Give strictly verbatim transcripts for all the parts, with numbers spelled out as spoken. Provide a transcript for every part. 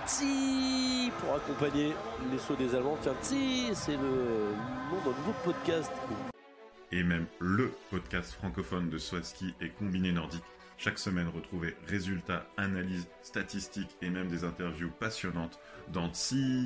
Tsi pour accompagner les sauts des Allemands. Tiens, Tsi, c'est le nom d'un nouveau podcast. Et même le podcast francophone de saut à ski et combiné nordique. Chaque semaine, retrouvez résultats, analyses, statistiques et même des interviews passionnantes dans Tsi.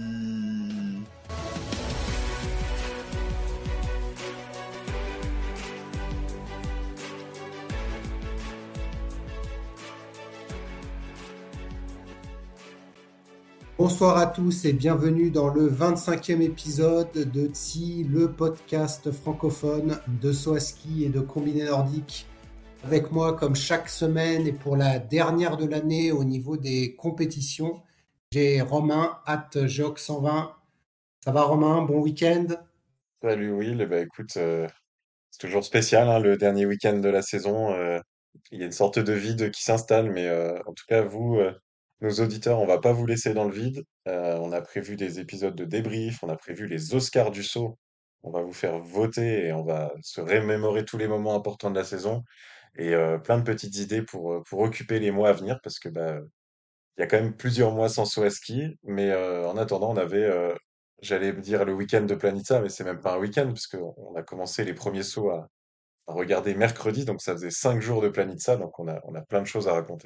Bonsoir à tous et bienvenue dans le vingt-cinquième épisode de Tsi, le podcast francophone de saut à ski et de combiné nordique. Avec moi, comme chaque semaine et pour la dernière de l'année au niveau des compétitions, j'ai Romain, at Geoc cent vingt. Ça va Romain, bon week-end? Salut Will, eh ben, écoute, euh, c'est toujours spécial, hein, le dernier week-end de la saison. Euh, il y a une sorte de vide qui s'installe, mais euh, en tout cas, vous, euh, nos auditeurs, on va pas vous laisser dans le vide. Euh, on a prévu des épisodes de débrief, on a prévu les Oscars du saut. On va vous faire voter et on va se remémorer tous les moments importants de la saison et euh, plein de petites idées pour, euh, pour occuper les mois à venir parce que bah, il y a quand même plusieurs mois sans saut à ski, mais euh, en attendant, on avait, euh, j'allais me dire le week-end de Planitza, mais c'est même pas un week-end, puisque on a commencé les premiers sauts à, à regarder mercredi, donc ça faisait cinq jours de Planitza, donc on a, on a plein de choses à raconter.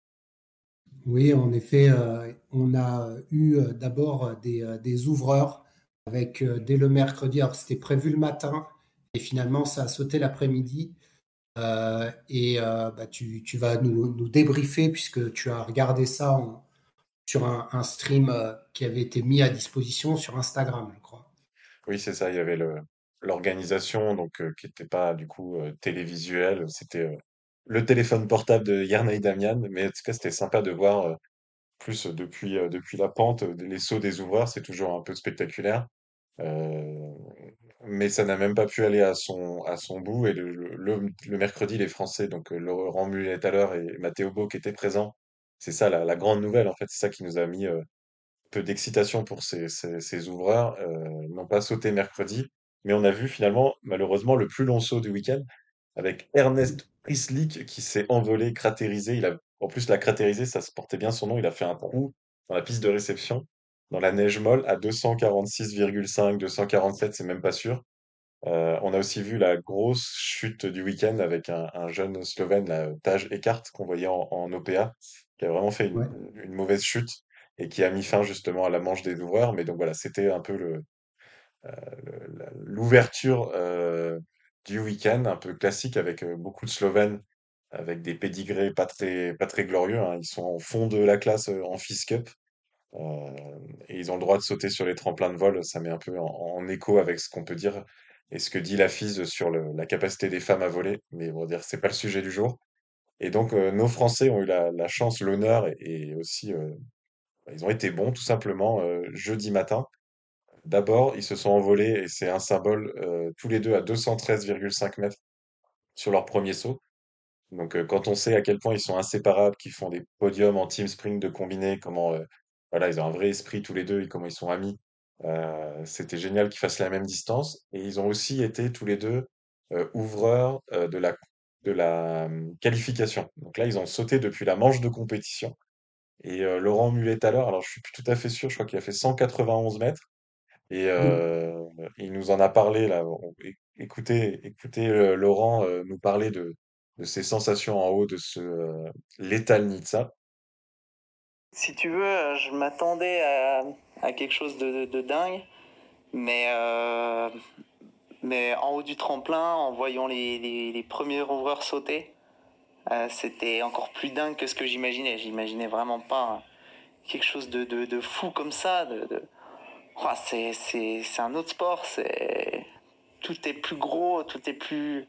Oui, en effet, euh, on a eu euh, d'abord euh, des, euh, des ouvreurs avec euh, dès le mercredi, alors c'était prévu le matin et finalement ça a sauté l'après-midi. Euh, et euh, bah, tu, tu vas nous, nous débriefer puisque tu as regardé ça en- sur un, un stream euh, qui avait été mis à disposition sur Instagram, je crois. Oui, c'est ça, il y avait le, l'organisation, donc euh, qui n'était pas du coup euh, télévisuelle, c'était euh, le téléphone portable de Yarnaï Damian, mais en tout cas, c'était sympa de voir euh, plus euh, depuis, euh, depuis la pente, euh, les sauts des ouvreurs, c'est toujours un peu spectaculaire. Euh, mais ça n'a même pas pu aller à son, à son bout. Et le, le, le mercredi, les Français, donc euh, Laurent Mullet tout à l'heure et Mathéo Beau qui étaient présents, c'est ça la, la grande nouvelle en fait. C'est ça qui nous a mis euh, un peu d'excitation pour ces, ces, ces ouvreurs. Euh, ils n'ont pas sauté mercredi, mais on a vu finalement, malheureusement, le plus long saut du week-end avec Ernest Prislik qui s'est envolé, cratérisé. Il a, en plus, la cratérisé, ça se portait bien son nom. Il a fait un trou dans la piste de réception, dans la neige molle, à deux cent quarante-six virgule cinq, deux cent quarante-sept, c'est même pas sûr. Euh, on a aussi vu la grosse chute du week-end avec un, un jeune Slovène, la Taj Ekart, qu'on voyait en, en O P A, qui a vraiment fait une, Ouais. une mauvaise chute et qui a mis fin justement à la manche des ouvreurs. Mais donc voilà, c'était un peu le, le- la- l'ouverture euh, du week-end, un peu classique avec euh, beaucoup de Slovènes, avec des pédigrés pas très, pas très glorieux, hein. Ils sont en fond de la classe euh, en Fils Cup. Euh, et ils ont le droit de sauter sur les tremplins de vol. Ça met un peu en, en écho avec ce qu'on peut dire et ce que dit la F I S sur le- la capacité des femmes à voler. Mais bon, dire, c'est pas le sujet du jour. Et donc, euh, nos Français ont eu la, la chance, l'honneur et, et aussi, euh, ils ont été bons tout simplement euh, jeudi matin. D'abord, ils se sont envolés et c'est un symbole euh, tous les deux à deux cent treize virgule cinq mètres sur leur premier saut. Donc, euh, quand on sait à quel point ils sont inséparables, qu'ils font des podiums en team sprint de combiné, comment euh, voilà, ils ont un vrai esprit tous les deux et comment ils sont amis, euh, c'était génial qu'ils fassent la même distance. Et ils ont aussi été tous les deux euh, ouvreurs euh, de la, de la euh, qualification. Donc là, ils ont sauté depuis la manche de compétition. Et euh, Laurent Mullet tout à l'heure, alors je suis plus tout à fait sûr, je crois qu'il a fait cent quatre-vingt-onze mètres. Et Oui. euh, il nous en a parlé là. On- é- Écoutez, écoutez euh, Laurent euh, nous parler de, de ses sensations en haut de ce euh, Lethal Nizza. Si tu veux, euh, je m'attendais à, à quelque chose de, de, de dingue, mais, euh, mais en haut du tremplin, en voyant les, les, les premiers ouvreurs sauter, euh, c'était encore plus dingue que ce que j'imaginais. J'imaginais vraiment pas quelque chose de, de, de fou comme ça. De, de... Oh, c'est, c'est, c'est un autre sport. C'est... Tout est plus gros, tout est plus...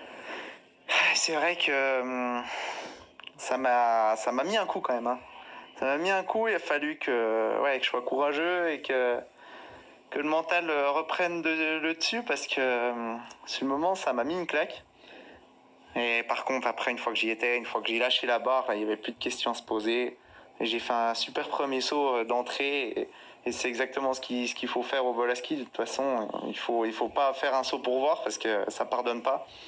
C'est vrai que hum, ça m'a, ça m'a mis un coup quand même, hein. Ça m'a mis un coup, il a fallu que, ouais, que je sois courageux et que, que le mental reprenne de, le dessus parce que euh, sur le moment, ça m'a mis une claque. Et par contre, après, une fois que j'y étais, une fois que j'ai lâché la barre, là, il n'y avait plus de questions à se poser. Et j'ai fait un super premier saut d'entrée et, et c'est exactement ce qu'il, ce qu'il faut faire au vol à ski. De toute façon, il faut, il faut pas faire un saut pour voir parce que ça pardonne pas.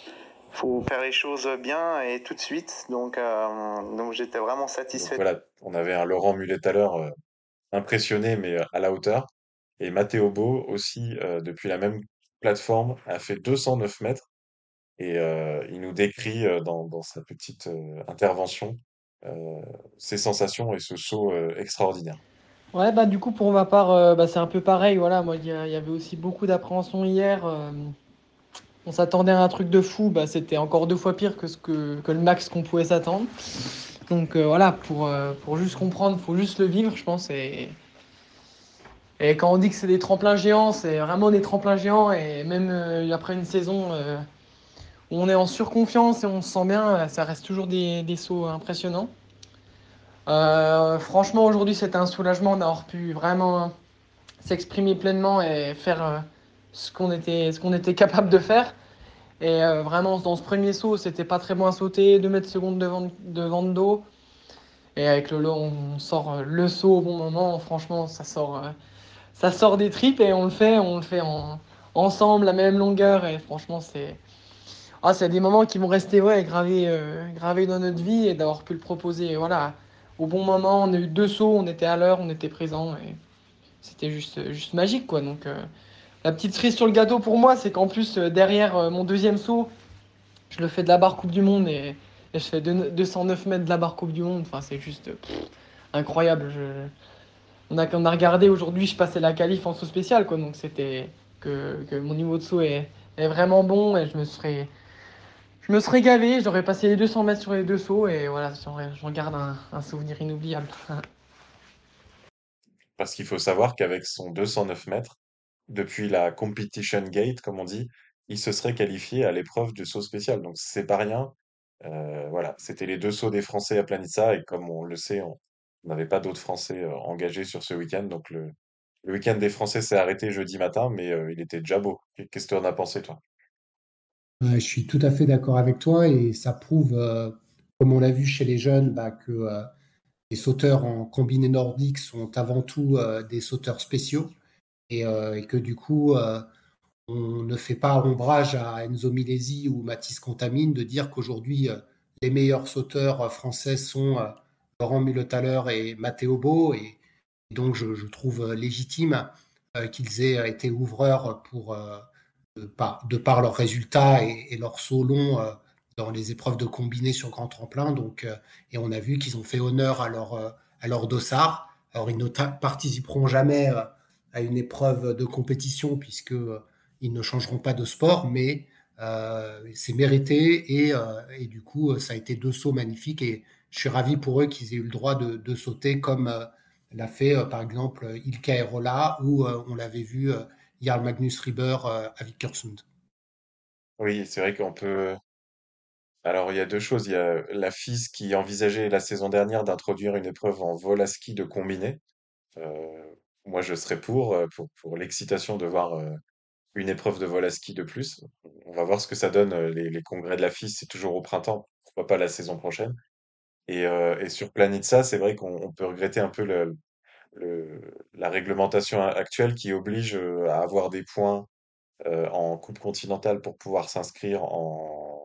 faut faire les choses bien et tout de suite. Donc, euh, donc j'étais vraiment Donc satisfait. voilà, on avait un Laurent Mullet-Thaler euh, impressionné, mais euh, à la hauteur. Et Matteo Bo aussi, euh, depuis la même plateforme, a fait deux cent neuf mètres. Et euh, il nous décrit euh, dans, dans sa petite euh, intervention euh, ses sensations et ce saut euh, extraordinaire. Ouais, bah du coup pour ma part, euh, bah, c'est un peu pareil. Voilà, moi il y, a- il y avait aussi beaucoup d'appréhension hier. euh, on s'attendait à un truc de fou, bah c'était encore deux fois pire que ce que, que le max qu'on pouvait s'attendre. Donc euh, voilà, pour, euh, pour juste comprendre, faut juste le vivre, je pense. Et, et quand on dit que c'est des tremplins géants, c'est vraiment des tremplins géants. Et même euh, après une saison euh, où on est en surconfiance et on se sent bien, euh, ça reste toujours des, des sauts impressionnants. Euh, franchement, aujourd'hui, c'était un soulagement d'avoir pu vraiment s'exprimer pleinement et faire euh, ce qu'on était, ce qu'on était capable de faire. Et euh, vraiment, dans ce premier saut, c'était pas très bon à sauter, deux mètres secondes devant, devant de dos. Et avec le lot, on sort euh, le saut au bon moment. Franchement, ça sort, euh, ça sort des tripes et on le fait, on le fait en, ensemble, la même longueur. Et franchement, c'est, ah, c'est des moments qui vont rester ouais, gravés, euh, gravés dans notre vie et d'avoir pu le proposer. Voilà, au bon moment, on a eu deux sauts, on était à l'heure, on était présent et c'était juste, juste magique, quoi. Donc, euh, la petite cerise sur le gâteau pour moi, c'est qu'en plus, euh, derrière euh, mon deuxième saut, je le fais de la barre Coupe du Monde et, et je fais deux- 209 mètres de la barre Coupe du Monde. Enfin, c'est juste pff, incroyable. Je- on, a, on a regardé aujourd'hui, je passais la qualif en saut spécial, quoi. Donc, c'était que, que mon niveau de saut est, est vraiment bon et je me serais, je me serais gavé. J'aurais passé les deux cents mètres sur les deux sauts et voilà, j'en j'en garde un, un souvenir inoubliable. Parce qu'il faut savoir qu'avec son deux cent neuf mètres, depuis la competition gate, comme on dit, il se serait qualifié à l'épreuve du saut spécial. Donc c'est pas rien. Euh, voilà, c'était les deux sauts des Français à Planitza et comme on le sait, on on n'avait pas d'autres Français euh, engagés sur ce week-end. Donc le, le week-end des Français s'est arrêté jeudi matin, mais euh, il était déjà beau. Qu'est-ce que tu en as pensé, toi? Ouais, je suis tout à fait d'accord avec toi et ça prouve, euh, comme on l'a vu chez les jeunes, bah, que euh, les sauteurs en combiné nordique sont avant tout euh, des sauteurs spéciaux et, euh, et que du coup, euh, on ne fait pas ombrage à Enzo Milesi ou Mathis Contamine de dire qu'aujourd'hui, euh, les meilleurs sauteurs euh, français sont euh, Laurent Mullethaler et Matteo Bo. Et, et donc, je, je trouve euh, légitime euh, qu'ils aient euh, été ouvreurs pour, euh, de, par, de par leurs résultats et, et leurs sauts longs euh, dans les épreuves de combiné sur grand tremplin. Donc, euh, et on a vu qu'ils ont fait honneur à leur, euh, à leur dossard. Alors, ils ne ta- participeront jamais euh, à une épreuve de compétition puisque euh, ils ne changeront pas de sport, mais euh, c'est mérité et, euh, et, du coup, ça a été deux sauts magnifiques et je suis ravi pour eux qu'ils aient eu le droit de, de sauter comme euh, l'a fait euh, par exemple Ilka Erola ou euh, on l'avait vu euh, Jarl Magnus Rieber euh, à Vikersund. Oui, c'est vrai qu'on peut. Alors, il y a deux choses. Il y a la F I S qui envisageait la saison dernière d'introduire une épreuve en vol à ski de combiné. Euh, Moi, je serais pour, euh, pour, pour l'excitation de voir euh, une épreuve de vol à ski de plus. On va voir ce que ça donne. euh, Les, les congrès de la F I S, c'est toujours au printemps. Pourquoi pas la saison prochaine? Et, euh, et sur Planitza, c'est vrai qu'on on peut regretter un peu le, le- la réglementation a- actuelle qui oblige euh, à avoir des points euh, en Coupe continentale pour pouvoir s'inscrire en,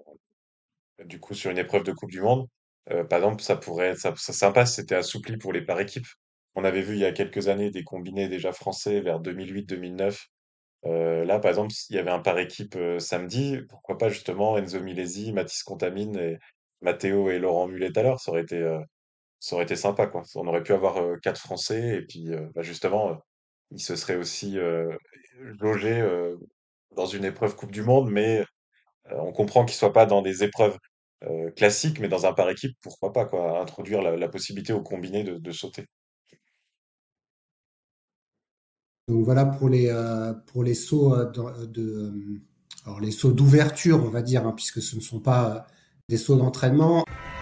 du coup, sur une épreuve de Coupe du Monde. Euh, par exemple, ça pourrait être ça, ça sympa si c'était assoupli pour les par équipes. On avait vu il y a quelques années des combinés déjà français vers deux mille huit deux mille neuf. Euh, là, par exemple, s'il y avait un par équipe euh, samedi, pourquoi pas justement Enzo Milesi, Mathis Contamine et Matteo et Laurent Mullet à l'heure, ça aurait été, euh, ça aurait été sympa, quoi. On aurait pu avoir euh, quatre Français et puis euh, bah, justement, euh, ils se seraient aussi euh, logés euh, dans une épreuve Coupe du Monde, mais euh, on comprend qu'ils soient pas dans des épreuves euh, classiques, mais dans un par équipe, pourquoi pas, quoi, introduire la, la possibilité au combiné de, de sauter. Donc voilà pour les, euh, pour les sauts euh, de, de, euh, alors les sauts d'ouverture, on va dire, hein, puisque ce ne sont pas euh, des sauts d'entraînement.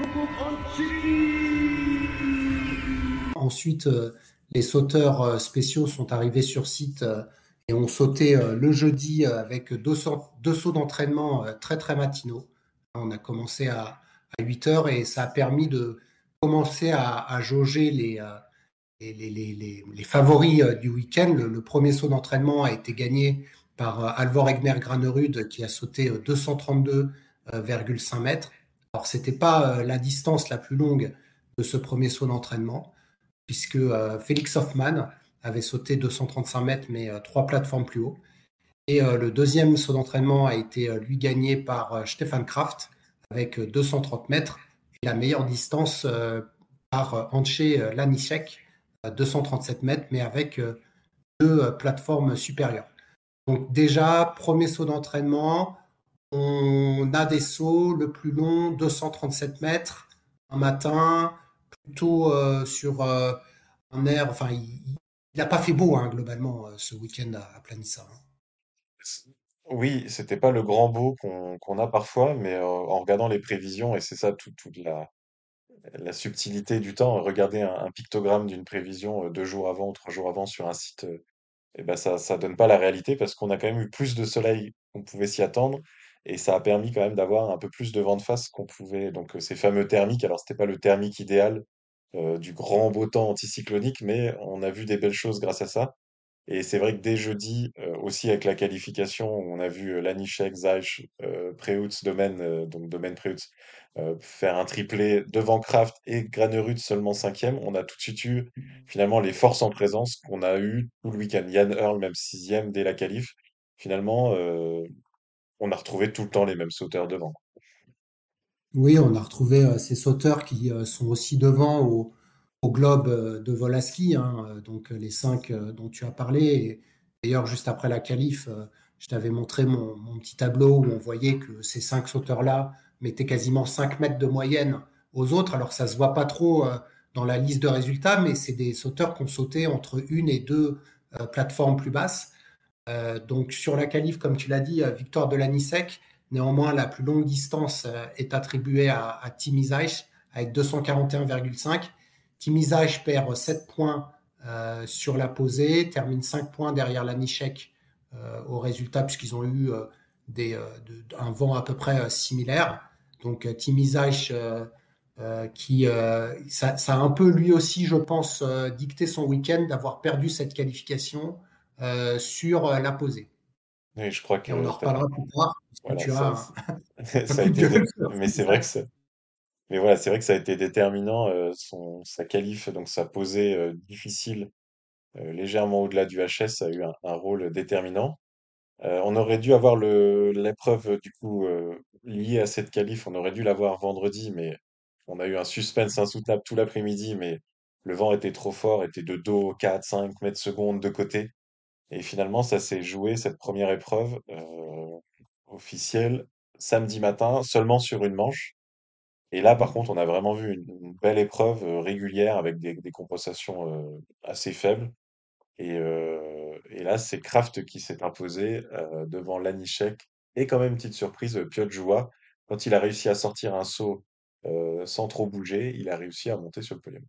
Ensuite, euh, les sauteurs euh, spéciaux sont arrivés sur site euh, et ont sauté euh, le jeudi euh, avec deux, sau- deux sauts d'entraînement euh, très très matinaux. On a commencé à, à huit heures et ça a permis de commencer à, à jauger les, euh, les, les, les, les- les favoris euh, du week-end. Le, le premier saut d'entraînement a été gagné par euh, Alvor Egner Granerud qui a sauté euh, deux cent trente-deux virgule cinq mètres. Alors, ce n'était pas euh, la distance la plus longue de ce premier saut d'entraînement, puisque euh, Félix Hoffmann avait sauté deux cent trente-cinq mètres, mais euh, trois plateformes plus haut. Et euh, le deuxième saut d'entraînement a été, euh, lui, gagné par euh, Stefan Kraft, avec euh, deux cent trente mètres, et la meilleure distance euh, par euh, Anche euh, Lanišek, euh, deux cent trente-sept mètres, mais avec euh, deux euh, plateformes supérieures. Donc déjà, premier saut d'entraînement, on a des sauts, le plus long, deux cent trente-sept mètres, un matin, plutôt euh, sur euh, un air, enfin, il n'a pas fait beau, hein, globalement, euh, ce week-end à, à Planissa, hein. C- Oui, c'était pas le grand beau qu'on qu'on a parfois, mais euh, en regardant les prévisions, et c'est ça tout- toute la, la subtilité du temps, regarder un, un pictogramme d'une prévision euh, deux jours avant ou trois jours avant sur un site, euh, eh ben ça, ça donne pas la réalité parce qu'on a quand même eu plus de soleil qu'on pouvait s'y attendre et ça a permis quand même d'avoir un peu plus de vent de face qu'on pouvait. Donc euh, ces fameux thermiques, alors c'était pas le thermique idéal euh, du grand beau temps anticyclonique, mais on a vu des belles choses grâce à ça. Et c'est vrai que dès jeudi, euh, aussi avec la qualification, où on a vu euh, Lanišek, Zajc, euh, Preutz, Domen, euh, donc Domen Preutz, euh, faire un triplé devant Kraft et Granerud seulement cinquième, on a tout de suite eu finalement les forces en présence qu'on a eu tout le week-end. Jan Earl, même sixième dès la qualif. Finalement, euh, on a retrouvé tout le temps les mêmes sauteurs devant. Oui, on a retrouvé euh, ces sauteurs qui euh, sont aussi devant au, au globe euh, de Volaski, hein, euh, donc euh, les cinq euh, dont tu as parlé. Et d'ailleurs, juste après la qualif, euh, je t'avais montré mon, mon petit tableau où on voyait que ces cinq sauteurs-là mettaient quasiment cinq mètres de moyenne aux autres. Alors, ça se voit pas trop euh, dans la liste de résultats, mais c'est des sauteurs qui ont sauté entre une et deux euh, plateformes plus basses. Euh, donc sur la qualif, comme tu l'as dit, euh, victoire de Lanišek. Néanmoins, la plus longue distance euh, est attribuée à, à Timi Zajc avec deux cent quarante et un virgule cinq. Timi Zajc perd sept points euh, sur la posée, termine cinq points derrière Lanišek euh, au résultat, puisqu'ils ont eu euh, des, euh, de, un vent à peu près euh, similaire. Donc euh, Timi Zajc, euh, euh, qui, euh, ça, ça a un peu lui aussi, je pense, euh, dicté son week-end d'avoir perdu cette qualification euh, sur euh, la posée. Et je crois Et on que en t'as- reparlera plus tard, puisque voilà, tu ça, as un, un ça a coup de été dé- gueule sur mais c'est vrai que ça, mais voilà, c'est vrai que ça a été déterminant, euh, son, sa qualif, donc sa posée euh, difficile, euh, légèrement au-delà du H S, a eu un, un rôle déterminant. Euh, on aurait dû avoir le, l'épreuve du coup euh, liée à cette qualif, on aurait dû l'avoir vendredi, mais on a eu un suspense insoutenable tout l'après-midi, mais le vent était trop fort, était de dos quatre, cinq mètres secondes de côté. Et finalement, ça s'est joué, cette première épreuve euh, officielle, samedi matin, seulement sur une manche. Et là, par contre, on a vraiment vu une, une belle épreuve euh, régulière avec des, des compensations euh, assez faibles. Et, euh, et là, c'est Kraft qui s'est imposé euh, devant Lanišek. Et quand même, petite surprise, euh, Piotr Joua, quand il a réussi à sortir un saut euh, sans trop bouger, il a réussi à monter sur le podium.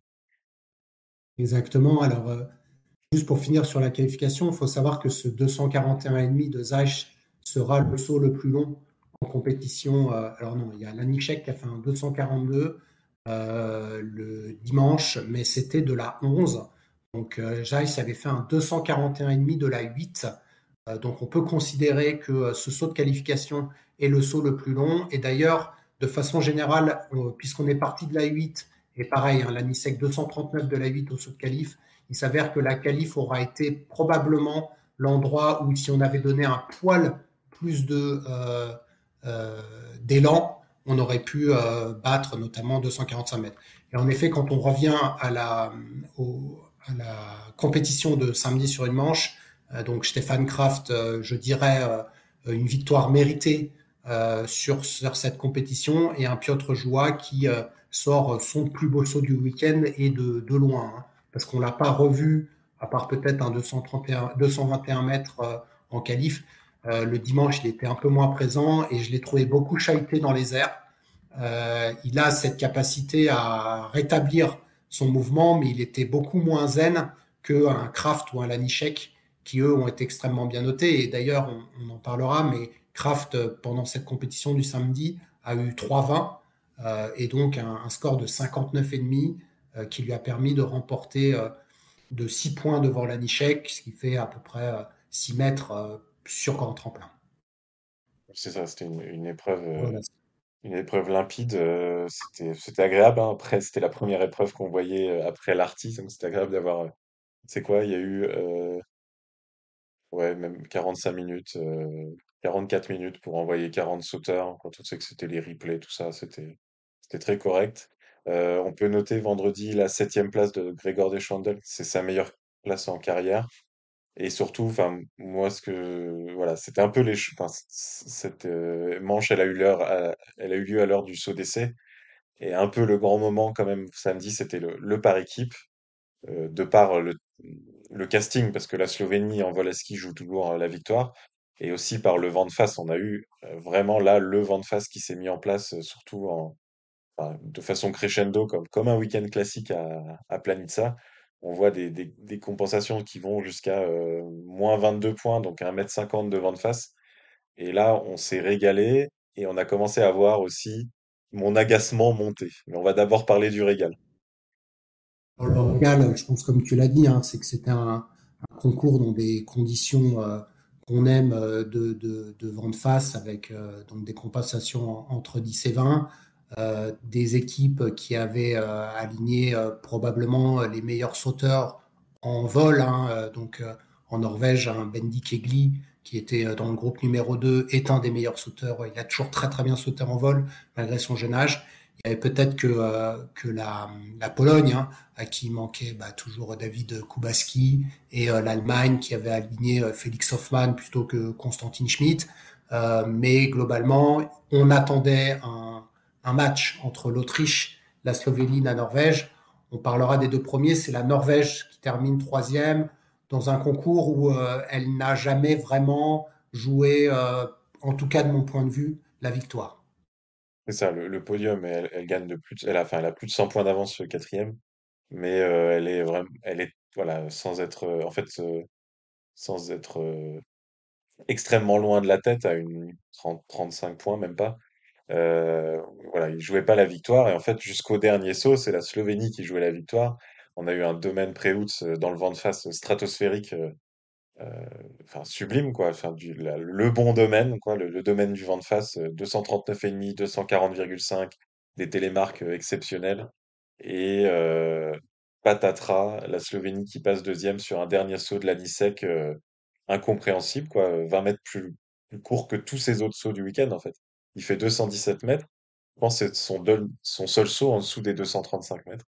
exactement. Alors, euh, juste pour finir sur la qualification, il faut savoir que ce deux cent quarante et un virgule cinq de Zajc sera le saut le plus long en compétition. Euh, alors non, il y a Lanišek qui a fait un deux cent quarante-deux euh, le dimanche, mais c'était de la onze. Donc euh, Zajc avait fait un deux cent quarante et un virgule cinq de la huit. Euh, donc on peut considérer que euh, ce saut de qualification est le saut le plus long. Et d'ailleurs, de façon générale, on- puisqu'on est parti de la huit, et pareil, hein, l'Anisec deux cent trente-neuf de la huit au saut de qualif, il s'avère que la qualif aura été probablement l'endroit où si on avait donné un poil plus de euh, euh, d'élan, on aurait pu euh, battre notamment deux cent quarante-cinq mètres. Et en effet, quand on revient à la, au- à la compétition de samedi sur une manche, euh, donc Stefan Kraft, euh, je dirais euh, une victoire méritée euh, sur, sur cette compétition, et un Piotr Joua qui euh, sort son plus beau saut du week-end et de, de loin, hein, parce qu'on l'a pas revu, à part peut-être un deux cent trente et un, deux cent vingt et un mètres euh, en qualif. Euh, le dimanche, il était un peu moins présent et je l'ai trouvé beaucoup chahuté dans les airs. Euh, il a cette capacité à rétablir son mouvement, mais il était beaucoup moins zen qu'un Kraft ou un Lanišek qui, eux, ont été extrêmement bien notés. Et d'ailleurs, on, on en parlera, mais Kraft, pendant cette compétition du samedi, a eu trois vingt euh, et donc un, un score de cinquante-neuf virgule cinq euh, qui lui a permis de remporter euh, de six points devant Lanišek, ce qui fait à peu près euh, six mètres euh, sur grand tremplin. C'est ça, c'était une, une épreuve euh, Voilà. une épreuve limpide, euh, c'était, c'était agréable, hein. Après, c'était la première épreuve qu'on voyait euh, après l'Arty, donc c'était agréable d'avoir. euh, C'est quoi? Il y a eu euh, ouais, même quarante-cinq minutes, euh, quarante-quatre minutes pour envoyer quarante sauteurs. Quand on sait que c'était les replays, tout ça, c'était c'était très correct. Euh, on peut noter vendredi la septième place de Grégor Deschanel, c'est sa meilleure place en carrière. Et surtout, enfin, moi, ce que, voilà, c'était un peu les, ch- enfin, c- c- cette euh, manche, elle a eu l'heure, à- elle a eu lieu à l'heure du saut d'essai. Et un peu le grand moment, quand même, samedi, c'était le, le par équipe, euh, de par le, le casting, parce que la Slovénie en vol à ski joue toujours euh, la victoire. Et aussi par le vent de face. On a eu euh, vraiment là le vent de face qui s'est mis en place, euh, surtout en, enfin, de façon crescendo, comme, comme un week-end classique à, à Planica. On voit des, des, des compensations qui vont jusqu'à euh, moins vingt-deux points, donc un mètre cinquante de vent de face. Et là, on s'est régalé et on a commencé à voir aussi mon agacement monter. Mais on va d'abord parler du régal. Dans le régal, je pense, comme tu l'as dit, hein, c'est que c'était un, un concours dans des conditions euh, qu'on aime euh, de, de, de vent de face, avec euh, donc des compensations entre dix et vingt, euh, des équipes qui avaient euh, aligné euh, probablement les meilleurs sauteurs en vol. Hein, euh, donc euh, en Norvège, un Bendik Egli, qui était euh, dans le groupe numéro deux, est un des meilleurs sauteurs. Il a toujours très très bien sauté en vol, malgré son jeune âge. Il y avait peut-être que, euh, que la, la Pologne, hein, à qui manquait bah, toujours David Kubaski, et euh, l'Allemagne qui avait aligné euh, Félix Hoffmann plutôt que Konstantin Schmidt. Euh, mais globalement, on attendait un, un match entre l'Autriche, la Slovénie, la Norvège. On parlera des deux premiers. C'est la Norvège qui termine troisième dans un concours où euh, elle n'a jamais vraiment joué, euh, en tout cas de mon point de vue, la victoire. C'est ça, le, le podium, elle, elle gagne de plus, de- elle a, enfin, elle a plus de cent points d'avance sur le quatrième, mais euh, elle est vraiment, elle est, voilà, sans être, euh, en fait, euh, sans être euh, extrêmement loin de la tête, à une trente, trente-cinq points, même pas. Euh, voilà, il jouait pas la victoire, et en fait, jusqu'au dernier saut, c'est la Slovénie qui jouait la victoire. On a eu un domaine Preutz euh, dans le vent de face stratosphérique, euh, euh, enfin sublime quoi, enfin du la- le bon domaine quoi, le, le domaine du vent de face, euh, deux cent trente-neuf virgule cinq, deux cent quarante virgule cinq, des télémarques euh, exceptionnelles et euh, patatras, la Slovénie qui passe deuxième sur un dernier saut de l'Anisec euh, incompréhensible quoi, euh, vingt mètres plus, plus court que tous ses autres sauts du week-end en fait. Il fait deux cent dix-sept mètres. Je pense que c'est son, dol- son seul saut en dessous des deux cent trente-cinq mètres.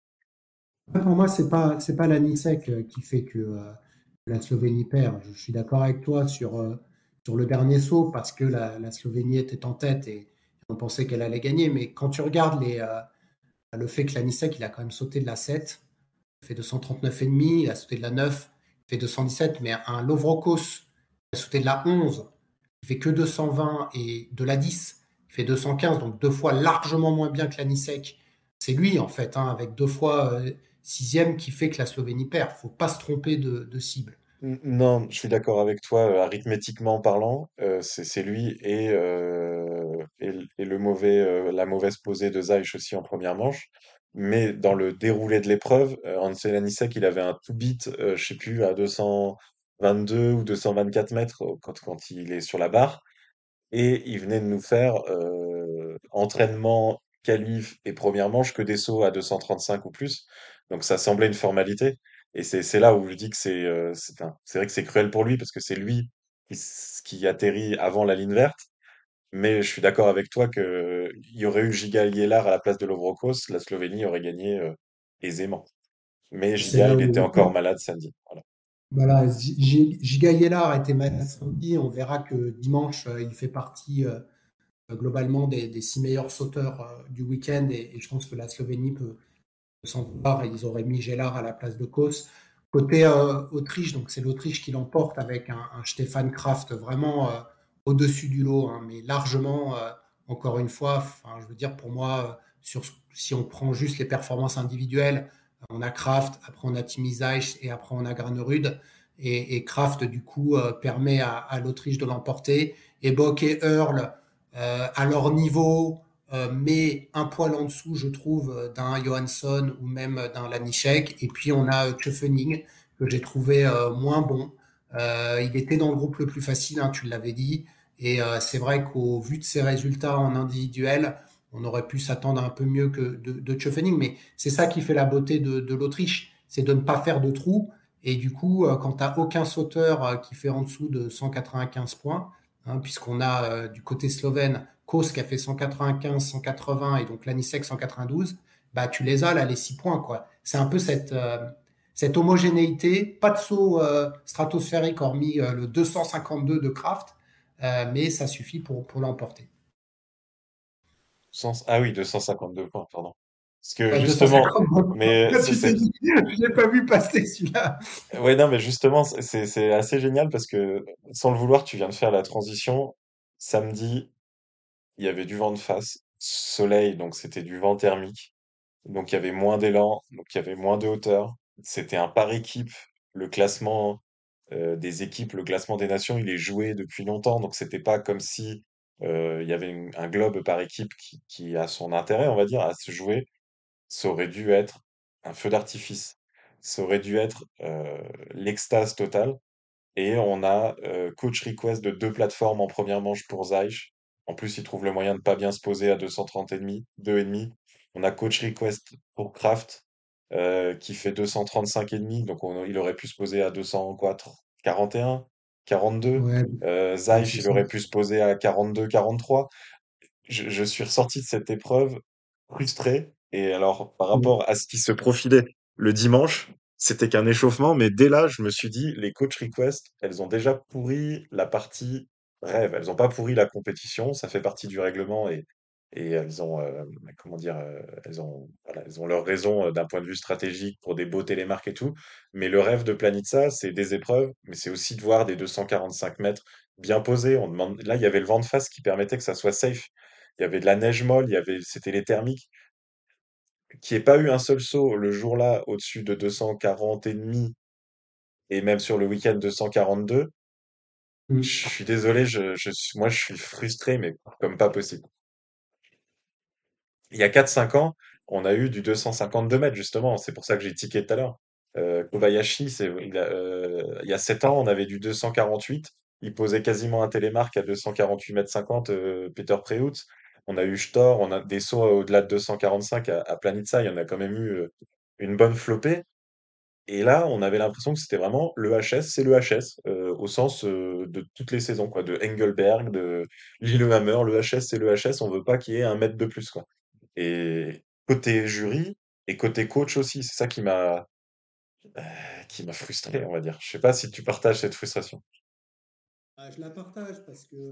Pour moi, c'est pas c'est pas l'ANISEC euh, qui fait que euh, la Slovénie perd. Je suis d'accord avec toi sur euh, sur le dernier saut parce que la, la Slovénie était en tête et on pensait qu'elle allait gagner. Mais quand tu regardes les, euh, le fait que l'ANISEC, il a quand même sauté de la sept, il fait deux cent trente-neuf virgule cinq, il a sauté de la neuf, il fait deux cent dix-sept, mais un Lovrokos, il a sauté de la onze, il fait que deux cent vingt, et de la dix, il fait deux cent quinze, donc deux fois largement moins bien que l'ANISEC. C'est lui, en fait, hein, avec deux fois euh, sixième, qui fait que la Slovénie perd. Il ne faut pas se tromper de, de cible. N- Non, je suis d'accord avec toi, euh, arithmétiquement parlant, euh, c'est c'est lui et, euh, et, l- et le mauvais, euh, la mauvaise posée de Zajc aussi en première manche. Mais dans le déroulé de l'épreuve, euh, Ansel Anisek, il avait un tout beat, euh, je sais plus, à deux cent vingt-deux ou deux cent vingt-quatre mètres euh, quand, quand il est sur la barre. Et il venait de nous faire euh, entraînement, qualif et première manche que des sauts à deux cent trente-cinq ou plus. Donc ça semblait une formalité. Et c'est c'est là où je dis que c'est euh, c'est enfin, c'est vrai que c'est cruel pour lui parce que c'est lui qui, s- qui atterrit avant la ligne verte. Mais je suis d'accord avec toi que il y aurait eu Giga Lielard à la place de Lovrokos, la Slovénie aurait gagné euh, aisément. Mais C'est Giga, là il où était encore malade samedi. Voilà. voilà, G- Giga Yellar a été mal samedi. On verra que dimanche, euh, il fait partie euh, globalement des, des six meilleurs sauteurs euh, du week-end et, et je pense que la Slovénie peut, sans vouloir, ils auraient mis Gélard à la place de Kos. Côté euh, Autriche, donc c'est l'Autriche qui l'emporte avec un, un Stefan Kraft vraiment euh, au-dessus du lot, hein, mais largement, euh, encore une fois, enfin, je veux dire, pour moi, euh, sur, si on prend juste les performances individuelles, on a Kraft, après on a Timi Zajc et après on a Granerud. Et, et Kraft, du coup, euh, permet à, à l'Autriche de l'emporter. Et Bock et Earl, euh, à leur niveau, euh, mais un poil en dessous, je trouve, d'un Johansson ou même d'un Lanišek. Et puis on a Tchefening, que j'ai trouvé euh, moins bon. Euh, il était dans le groupe le plus facile, hein, tu l'avais dit. Et euh, c'est vrai qu'au vu de ses résultats en individuel, on aurait pu s'attendre un peu mieux que de, de Tchouaméni. Mais c'est ça qui fait la beauté de, de l'Autriche, c'est de ne pas faire de trous. Et du coup, euh, quand tu n'as aucun sauteur euh, qui fait en dessous de cent quatre-vingt-quinze points, hein, puisqu'on a euh, du côté slovène Kos qui a fait cent quatre-vingt-quinze, cent quatre-vingts et donc Lanisek cent quatre-vingt-douze, bah, tu les as là, les six points. Quoi. C'est un peu cette, euh, cette homogénéité, pas de saut euh, stratosphérique hormis euh, le deux cent cinquante-deux de Kraft, euh, mais ça suffit pour, pour l'emporter. Cent- Ah oui, deux cent cinquante-deux points, pardon. Parce que Ouais, justement, deux cent cinquante. mais Là, c'est, tu t'es c'est- dit, je l'ai pas vu passer celui-là. ouais, non, mais justement, c'est c'est- c'est assez génial parce que sans le vouloir, tu viens de faire la transition. Samedi, il y avait du vent de face, soleil, donc c'était du vent thermique. Donc il y avait moins d'élan, donc il y avait moins de hauteur. C'était un par équipe. Le classement euh, des équipes, le classement des nations, il est joué depuis longtemps. Donc c'était pas comme si euh, il y avait une- un globe par équipe qui, qui a son intérêt, on va dire, à se jouer. Ça aurait dû être un feu d'artifice. Ça aurait dû être euh, l'extase totale. Et on a euh, coach request de deux plateformes en première manche pour Zaïch. En plus, il trouve le moyen de pas bien se poser à deux cent trente et demi, deux et demi. On a coach request pour Kraft euh, qui fait deux cent trente-cinq et demi. Donc on- il aurait pu se poser à deux cents quoi, quarante et un, quarante-deux. Ouais, Euh, ouais, Zaïch, c'est il ça. aurait pu se poser à quarante-deux, quarante-trois. Je, je suis ressorti de cette épreuve frustré. Et alors, par Mm. rapport à ce qui se profilait le dimanche, c'était qu'un échauffement, mais dès là, je me suis dit, les coach requests, elles ont déjà pourri la partie rêve. Elles n'ont pas pourri la compétition, ça fait partie du règlement et, et elles ont, euh, comment dire, euh, elles ont, voilà, elles ont leur raison euh, d'un point de vue stratégique pour des beaux télémarques et tout. Mais le rêve de Planitza, c'est des épreuves, mais c'est aussi de voir des deux cent quarante-cinq mètres bien posés. On demande, là, il y avait le vent de face qui permettait que ça soit safe. Il y avait de la neige molle, il y avait, c'était les thermiques. Qu'il n'y ait pas eu un seul saut le jour-là au-dessus de deux cent quarante et demi et même sur le week-end deux cent quarante-deux, je Mm. suis désolé, je, je suis- moi je suis frustré, mais comme pas possible. Il y a quatre cinq ans, on a eu du deux cent cinquante-deux mètres, justement. C'est pour ça que j'ai tiqué tout à l'heure. Euh, Kobayashi, c'est, il a, euh, il y a sept ans, on avait du deux cent quarante-huit. Il posait quasiment un télémarque à deux cent quarante-huit mètres cinquante, euh, Peter Preutz. On a eu Stor, on a des sauts au-delà de deux cent quarante-cinq à, à Planitza. Il y en a quand même eu euh, une bonne flopée. Et là, on avait l'impression que c'était vraiment le H S, c'est le H S, euh, au sens euh, de toutes les saisons, quoi, de Engelberg, de Lillehammer, le H S, c'est le H S, on veut pas qu'il y ait un mètre de plus, quoi. Et côté jury et côté coach aussi, c'est ça qui m'a euh, qui m'a frustré, on va dire. Je sais pas si tu partages cette frustration. Ah, je la partage parce que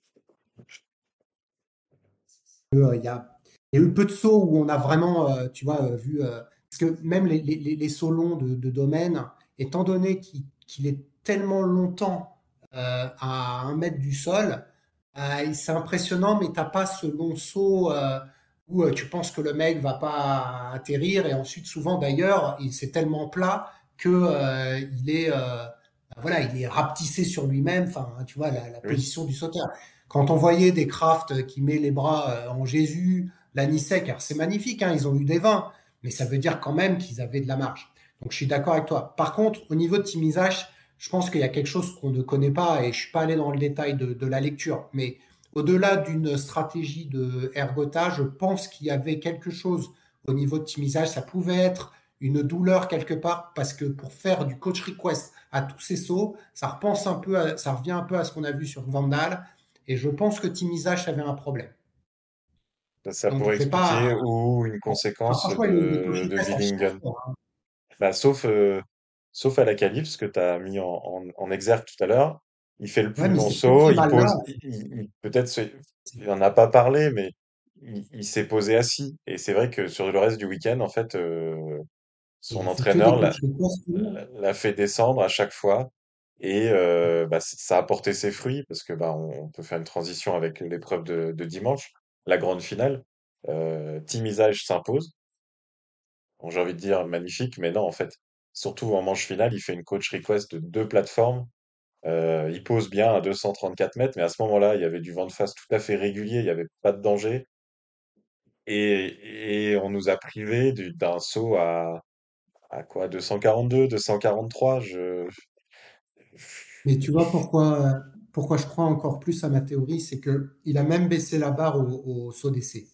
euh, il y a, il y a eu peu de sauts où on a vraiment, euh, tu vois, euh, vu. Euh, parce que même les, les, les- les sauts longs de, de domaine, étant donné qu'il qu'il est tellement longtemps euh, à un mètre du sol, euh, c'est impressionnant, mais t'as pas ce long saut euh, où euh, tu penses que le mec va pas atterrir. Et ensuite, souvent d'ailleurs, il- c'est tellement plat que euh, il est, euh, voilà, il est rapetissé sur lui-même. Enfin, tu vois, la, la Oui, position du sauteur. Quand on voyait des crafts qui met les bras euh, en Jésus, l'anisec, alors c'est magnifique, hein, ils ont eu des vins, mais ça veut dire quand même qu'ils avaient de la marge. Donc je suis d'accord avec toi. Par contre, au niveau de Timizage, je pense qu'il y a quelque chose qu'on ne connaît pas et je suis pas allé dans le détail de, de la lecture, mais au-delà d'une stratégie de ergota, je pense qu'il y avait quelque chose au niveau de Timizage. Ça pouvait être une douleur quelque part parce que pour faire du coach request à tous ces sauts, ça repense un peu, à- ça revient un peu à ce qu'on a vu sur Vandal. Et je pense que Timizage avait un problème. ça, ça Donc, pourrait c'est pas. expliquer ou une Ah, conséquence franchement, les, les de, coaching de tests sont super Villingen. forts, hein. Bah, sauf, euh, sauf à la qualif, ce que tu as mis en, en, en exergue tout à l'heure. Il fait le Ouais, plus mais long c'est toutes saut, ces il balles-là. pose, il, il- il- peut-être, se- il n'en a pas parlé, mais il, il s'est posé assis. Et c'est vrai que sur le reste du week-end, en fait, euh, Il son a fait que des entraîneur l'a coaching tests. l'a- l'a fait descendre à chaque fois. Et euh, bah, c- ça a porté ses fruits, parce que bah, on, on peut faire une transition avec l'épreuve de, de dimanche, la grande finale. Euh, Team Isage s'impose. Bon, j'ai envie de dire magnifique, mais non, en fait, surtout en manche finale, il fait une coach request de deux plateformes. Euh, il pose bien à deux cent trente-quatre mètres, mais à ce moment-là, il y avait du vent de face tout à fait régulier, il n'y avait pas de danger. Et, et on nous a privé du- d'un saut à, à quoi, deux cent quarante-deux, deux cent quarante-trois. Je... Mais tu vois pourquoi, pourquoi je crois encore plus à ma théorie, c'est qu'il a même baissé la barre au, au saut d'essai.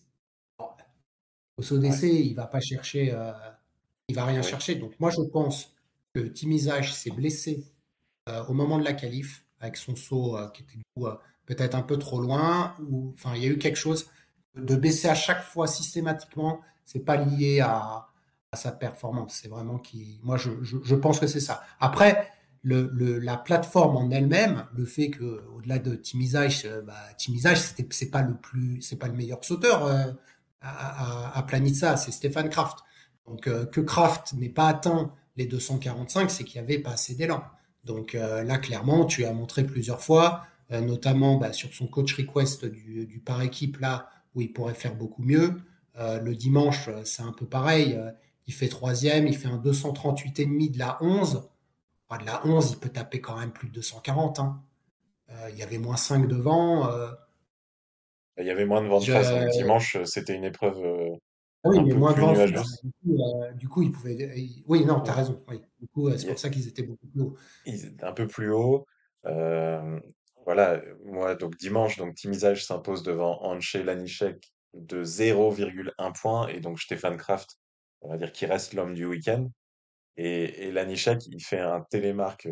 Au saut Ouais, d'essai, il va pas chercher, euh, il va rien oui, chercher. Donc moi, je pense que Timizage s'est blessé euh, au moment de la qualif avec son saut euh, qui était du coup, euh, peut-être un peu trop loin, ou enfin il y a eu quelque chose de baisser à chaque fois systématiquement. C'est pas lié à, à sa performance. C'est vraiment qui, moi je, je, je pense que c'est ça. Après. Le, le, la plateforme en elle-même, le fait que au-delà de Timizage, euh, bah, Timizage c'était c'est pas le plus, c'est pas le meilleur sauteur euh, à, à, à Planitza, c'est Stéphane Kraft. Donc euh, que Kraft n'ait pas atteint les deux cent quarante-cinq, c'est qu'il y avait pas assez d'élan. Donc euh, là, clairement, tu as montré plusieurs fois, euh, notamment bah, sur son coach request du, du par équipe, là, où il pourrait faire beaucoup mieux. Euh, le dimanche, euh, c'est un peu pareil. Euh, il fait troisième, il fait un deux cent trente-huit virgule cinq de la onze. Enfin, de la onze, il peut taper quand même plus de deux cent quarante. Hein. Euh, il y avait moins cinq devant. Euh, il y avait moins de vent de face, donc je, dimanche, euh, c'était une épreuve euh, Ah oui, un mais peu moins de plus vent de face. nuageuse. Du coup, euh, du coup, ils pouvaient. ils- Oui, non, tu as Ouais. raison. Oui. Du coup, euh, c'est Il y pour a- ça qu'ils étaient beaucoup plus hauts. ils étaient un peu plus haut. Euh, voilà, moi, donc dimanche, donc Timizage s'impose devant Anche Lanišek de zéro virgule un point, et donc Stéphane Kraft, on va dire qu'il reste l'homme du week-end. Et, et Lanišek, il fait un télémarque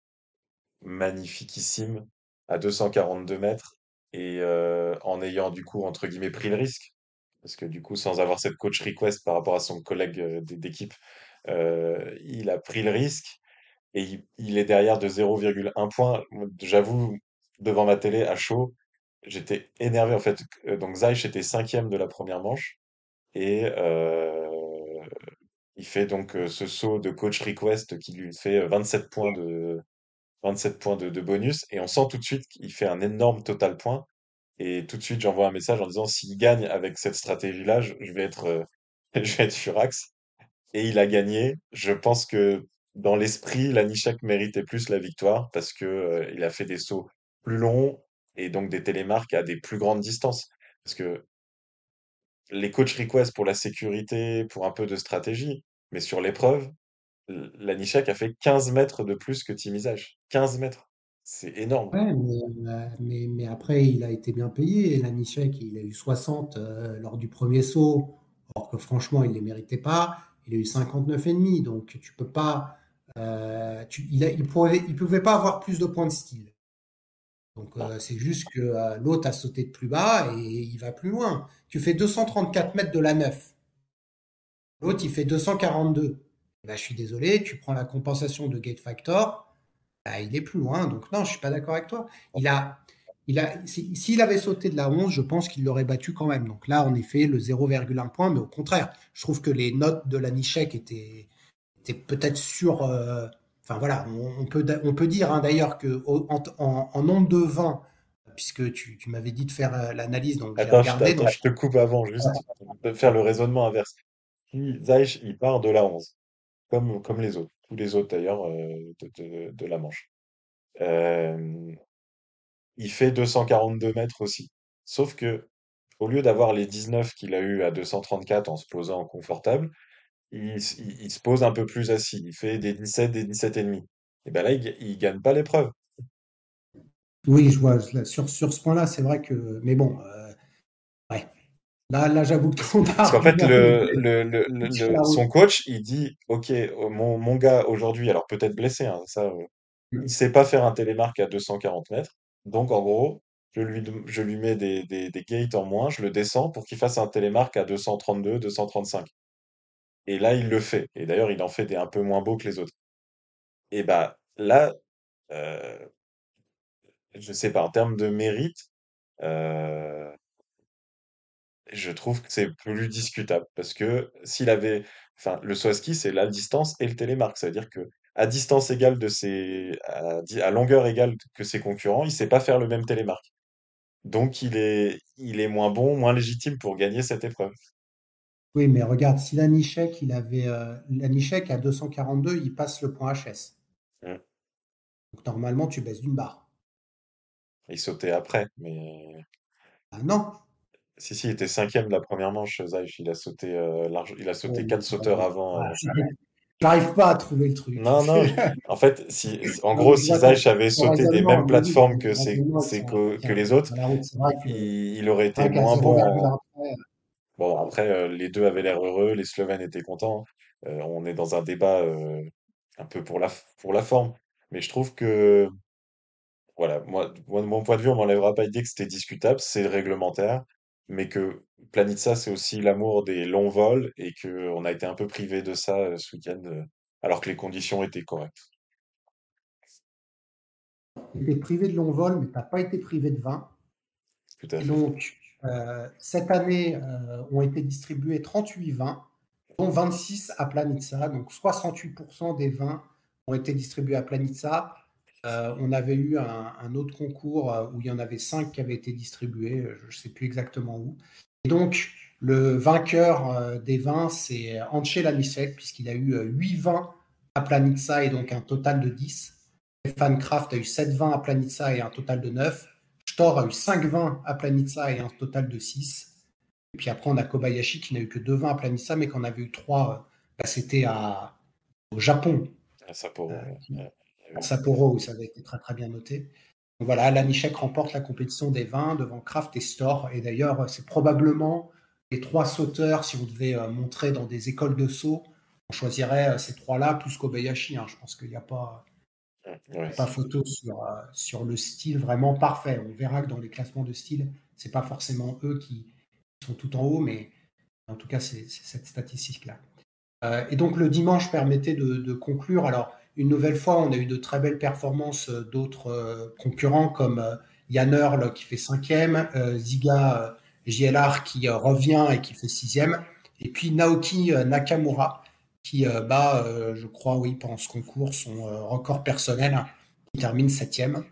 magnifiquissime à deux cent quarante-deux mètres, et euh, en ayant du coup, entre guillemets, pris le risque. Parce que du coup, sans avoir cette coach request par rapport à son collègue euh, d- d'équipe, euh, il a pris le risque et il, il est derrière de zéro virgule un point. Moi, j'avoue, devant ma télé à chaud, j'étais énervé en fait. Euh, Donc Zaych était cinquième de la première manche et euh, il fait donc euh, ce saut de coach request qui lui fait vingt-sept points de vingt-sept points de, de bonus, et on sent tout de suite qu'il fait un énorme total point. Et tout de suite, j'envoie un message en disant s'il gagne avec cette stratégie-là, je, je vais être, euh, je vais être furax. Et il a gagné. Je pense que dans l'esprit, Lanišek méritait plus la victoire parce que euh, il a fait des sauts plus longs et donc des télémarques à des plus grandes distances. Parce que les coach requests pour la sécurité, pour un peu de stratégie, mais sur l'épreuve, L- Lanišek a fait quinze mètres de plus que Timizage. quinze mètres. C'est énorme. Ouais, mais, euh, mais, mais après, il a été bien payé. Lanišek, il a eu soixante euh, lors du premier saut, alors que franchement, il ne les méritait pas. Il a eu cinquante-neuf virgule cinq. Donc, tu peux pas. Euh, tu- il a, il pouvait, il pouvait pas avoir plus de points de style. Donc, Non. euh, c'est juste que euh, l'autre a sauté de plus bas et il va plus loin. Tu fais deux cent trente-quatre mètres de la neuf. L'autre, il fait deux cent quarante-deux. Eh ben, je suis désolé, tu prends la compensation de Gate Factor, bah, il est plus loin. Donc non, je suis pas d'accord avec toi. Il a, il a, si- S'il avait sauté de la onze, je pense qu'il l'aurait battu quand même. Donc là, en effet, le zéro virgule un point, mais au contraire, je trouve que les notes de la Nichek étaient, étaient peut-être sur. euh, Enfin voilà, on, on peut, on peut dire hein, d'ailleurs que au- en, en- en nombre de vingt, puisque tu, tu m'avais dit de faire euh, l'analyse, donc j'ai Attends, je, t- regardé. attends, Donc, je te coupe avant, juste de faire le raisonnement inverse. Si Zaych, il part de la onze, comme, comme les autres, tous les autres d'ailleurs euh, de, de, de la Manche. Euh, il fait deux cent quarante-deux mètres aussi. Sauf que, au lieu d'avoir les dix-neuf qu'il a eu à deux cent trente-quatre en se posant confortable, il, s- il, il se pose un peu plus assis. Il fait des dix-sept, des dix-sept et demi. Et ben là, il, ga- il gagne pas l'épreuve. oui, je vois. Là, sur, sur ce point-là, c'est vrai que. Mais bon, euh, ouais. Là, là j'avoue que ton Parce qu'en fait, argument, il le, le, le, le- est sur le- la route. son coach, il dit, OK, euh, mon, mon gars aujourd'hui, alors peut-être blessé, hein, ça, euh, il sait pas faire un télémarque à deux cent quarante mètres. Donc, en gros, je lui, dem- je lui mets des, des, des gates en moins, je le descends pour qu'il fasse un télémarque à deux cent trente-deux, deux cent trente-cinq. Et là, il le fait. Et d'ailleurs, il en fait des un peu moins beaux que les autres. Et bah, là, euh, je sais pas, en termes de mérite, euh, je trouve que c'est plus discutable parce que s'il avait, enfin, le saut à ski, c'est la distance et le télémarque. Ça veut dire que à distance égale de ses, à, di- à longueur égale que ses concurrents, il sait pas faire le même télémarque. Donc il est, il est moins bon, moins légitime pour gagner cette épreuve. Oui, mais regarde, si l'Anichek, il avait euh, l'Anichek à deux cent quarante-deux, il passe le point H S. Mm. Donc normalement, tu baisses d'une barre. Il sautait après, mais Ah non. si, si, il était cinquième de la première manche, Zaych. Il a sauté euh, large, il a sauté Bon, quatre sauteurs avant. ah, euh. J'arrive pas à trouver le truc. Non, non. je- En fait, si, en Non, gros, mais je si vois ton, Ziyech avait ton sauté des mêmes raisonnement, oui, oui, plateformes ton que, ses- raisonnement ses tient, co- que tient, les autres, tient la route. C'est vrai que, il, il aurait c'est été vrai qu'à moins bon zéro virgule un en... près, Bon, après, euh, les deux avaient l'air heureux, les Slovènes étaient contents. Euh, on est dans un débat euh, un peu pour la, f- pour la forme. Mais je trouve que, voilà, moi, moi, de mon point de vue, on m'enlèvera pas l'idée que c'était discutable, c'est réglementaire, mais que Planitza, c'est aussi l'amour des longs vols et que on a été un peu privé de ça euh, ce week-end, euh, alors que les conditions étaient correctes. tu étais privé de long vol, mais tu n'as pas été privé de vin. Tout à Et fait. donc, euh, cette année, euh, ont été distribués trente-huit vins, dont vingt-six à Planitza. Donc, soixante-huit pour cent des vins ont été distribués à Planitza. Euh, on avait eu un, un autre concours euh, où il y en avait cinq qui avaient été distribués, euh, je ne sais plus exactement où. Et donc, le vainqueur euh, des vins, c'est Anche Lamisek, puisqu'il a eu euh, huit vins à Planitza et donc un total de dix. Stefan Kraft a eu sept vins à Planitza et un total de neuf. Stor a eu cinq vins à Planitza et un total de six. Et puis après, on a Kobayashi qui n'a eu que deux vins à Planitza, mais qu'on avait eu trois. Bah, c'était à, au Japon, Ah, ça pour, euh, ouais, qui- ouais, il y à avait- Sapporo, où ça avait été très très bien noté. Donc voilà, Lanišek remporte la compétition des vins devant Kraft et Stor. Et d'ailleurs, c'est probablement les trois sauteurs, si on devait euh, montrer dans des écoles de saut, on choisirait euh, ces trois-là plus Kobayashi. Hein. Je pense qu'il n'y a pas, ouais, ouais, pas c'est- photo sur, euh, sur le style vraiment parfait. On verra que dans les classements de style, c'est pas forcément eux qui sont tout en haut, mais en tout cas, c'est c'est cette statistique-là. Euh, et donc, le dimanche permettait de, de conclure. Alors, une nouvelle fois, on a eu de très belles performances euh, d'autres euh, concurrents comme euh, Jan Earl qui fait cinquième, euh, Ziga euh, J L R qui euh, revient et qui fait sixième, et puis Naoki euh, Nakamura qui euh, bat, euh, je crois, oui, pendant ce concours, son euh, record personnel, qui termine septième.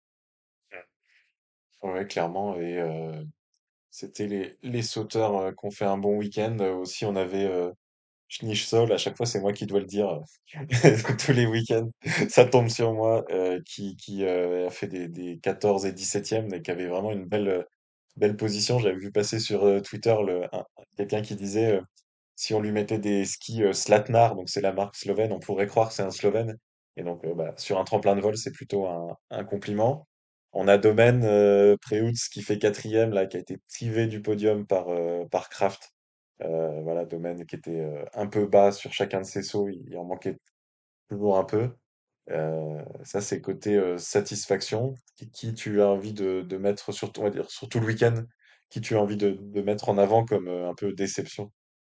ouais, clairement. Et euh, c'était les, les sauteurs euh, qui ont fait un bon week-end. Euh, aussi, on avait euh, Schneesol, à chaque fois, c'est moi qui dois le dire. Tous les week-ends, ça tombe sur moi, euh, qui, qui euh, a fait des, des quatorze et dix-septième et qui avait vraiment une belle, euh, belle position. J'avais vu passer sur euh, Twitter le, un- quelqu'un qui disait euh, si on lui mettait des skis euh, Slatnar, donc c'est la marque slovène, on pourrait croire que c'est un Slovène. Et donc, euh, bah, sur un tremplin de vol, c'est plutôt un, un compliment. On a Domen euh, Preutz qui fait quatrième, là, qui a été privé du podium par, euh, par Kraft. Euh, voilà, domaine qui était euh, un peu bas sur chacun de ses sauts, il, il en manquait toujours un peu. Euh, ça, c'est côté euh, satisfaction. Qui, qui tu as envie de, de mettre sur, on va dire, sur tout le week-end, qui tu as envie de, de mettre en avant comme euh, un peu déception?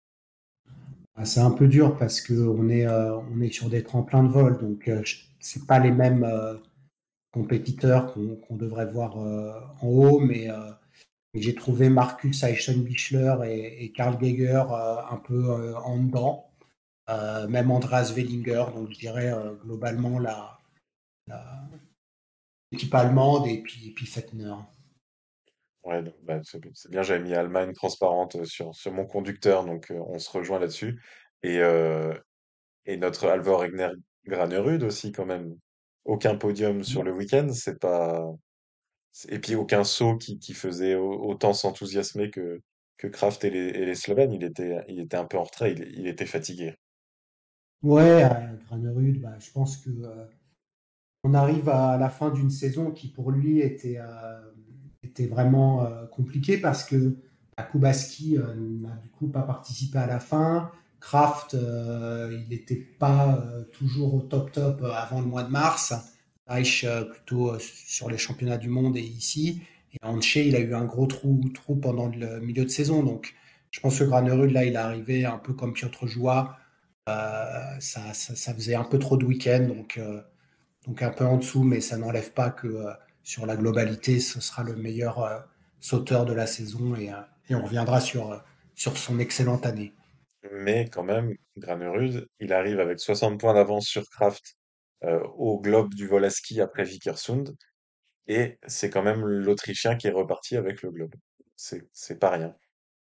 Ah, c'est un peu dur parce qu'on est, euh, on est sur des tremplins de vol, donc euh, je- c'est pas les mêmes euh, compétiteurs qu'on qu'on devrait voir euh, en haut, mais euh, j'ai trouvé Marcus Eichenbichler et, et Karl Geiger euh, un peu euh, en dedans, euh, même Andreas Wellinger, donc je dirais euh, globalement la, la- l'équipe allemande et puis, et puis Fettner. Ouais, donc, bah, c'est c'est bien, j'avais mis Allemagne transparente euh, sur, sur mon conducteur, donc euh, on se rejoint là-dessus. Et, euh, et notre Halvor Egner Granerud aussi, quand même. Aucun podium sur le week-end, c'est pas. Et puis aucun saut qui, qui faisait au- autant s'enthousiasmer que, que Kraft et les, et les Slovènes. Il était, il était un peu en retrait, il, il était fatigué. Ouais, euh, Granerud, bah, je pense que euh, on arrive à la fin d'une saison qui pour lui était, euh, était vraiment euh, compliquée parce que bah, Kubaski euh, n'a du coup pas participé à la fin. Kraft, euh, il n'était pas euh, toujours au top top euh, avant le mois de mars. Reich euh, plutôt euh, sur les championnats du monde et ici. Et Anche, il a eu un gros trou, trou pendant le milieu de saison. Donc je pense que Granerud, là, il est arrivé un peu comme Piotr Joua. Euh, ça, ça, ça faisait un peu trop de week-end. Donc euh, donc un peu en dessous, mais ça n'enlève pas que euh, sur la globalité, ce sera le meilleur euh, sauteur de la saison et, euh, et on reviendra sur, euh, sur son excellente année. Mais quand même, Granerud, il arrive avec soixante points d'avance sur Kraft euh, au globe du vol à ski après Vikersund. Et c'est quand même l'Autrichien qui est reparti avec le globe. C'est, c'est pas rien.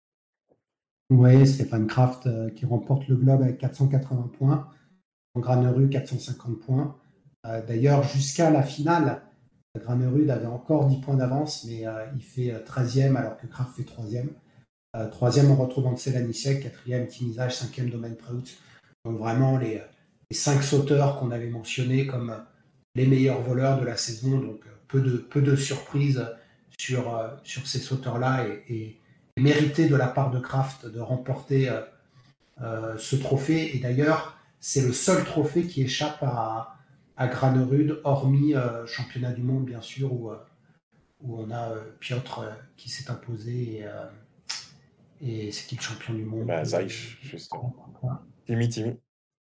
Oui, Stéphane Kraft euh, qui remporte le globe avec quatre cent quatre-vingts points, Granerud quatre cent cinquante points. Euh, D'ailleurs, jusqu'à la finale, Granerud avait encore dix points d'avance, mais euh, il fait euh, treizième alors que Kraft fait troisième. Euh, troisième, on retrouve Ansel Anisek, quatrième, Timizage, cinquième, Domaine Preutz. Donc vraiment, les, les cinq sauteurs qu'on avait mentionnés comme les meilleurs voleurs de la saison. Donc peu de, peu de surprises sur, euh, sur ces sauteurs-là et, et, et mérité de la part de Kraft de remporter euh, euh, ce trophée. Et d'ailleurs, c'est le seul trophée qui échappe à, à Granerud, hormis euh, championnat du monde, bien sûr, où, euh, où on a euh, Piotr euh, qui s'est imposé et, euh, et c'est qui le champion du monde Bah, de... Zaïch, justement. Timmy, Timmy.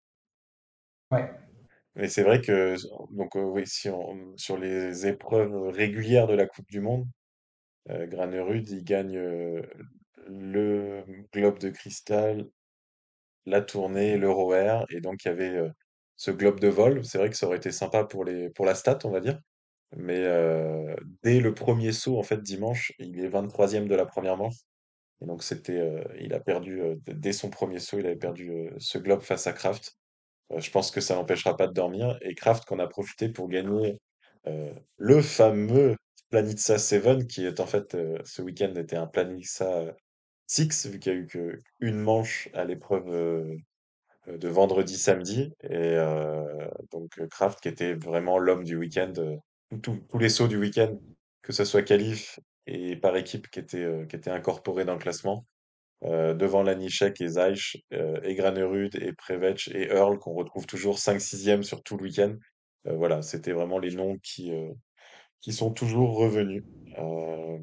Ouais. Mais c'est vrai que, donc, euh, oui, si on, sur les épreuves régulières de la Coupe du Monde, euh, Granerud, il gagne euh, le globe de cristal, la tournée, l'Euro Air, et donc il y avait euh, ce globe de vol. C'est vrai que ça aurait été sympa pour les, pour la stat, on va dire. Mais euh, dès le premier saut, en fait, dimanche, il est vingt-troisième de la première manche. Et donc, c'était, euh, il a perdu, euh, d- dès son premier saut, il avait perdu euh, ce globe face à Kraft. Euh, je pense que ça n'empêchera pas de dormir. Et Kraft qu'on a profité pour gagner euh, le fameux Planitza sept, qui est en fait, euh, ce week-end était un Planitza six, vu qu'il y a eu qu'une manche à l'épreuve euh, de vendredi-samedi. Et euh, donc, euh, Kraft qui était vraiment l'homme du week-end, euh, tous tous les sauts du week-end, que ce soit qualif et par équipe qui étaient, euh, qui étaient incorporés dans le classement euh, devant Lanišek et Zaïch, euh, et Granerud et Prevec et Earl qu'on retrouve toujours cinq sixième sur tout le week-end. Euh, voilà, c'était vraiment les noms qui, euh, qui sont toujours revenus. Euh,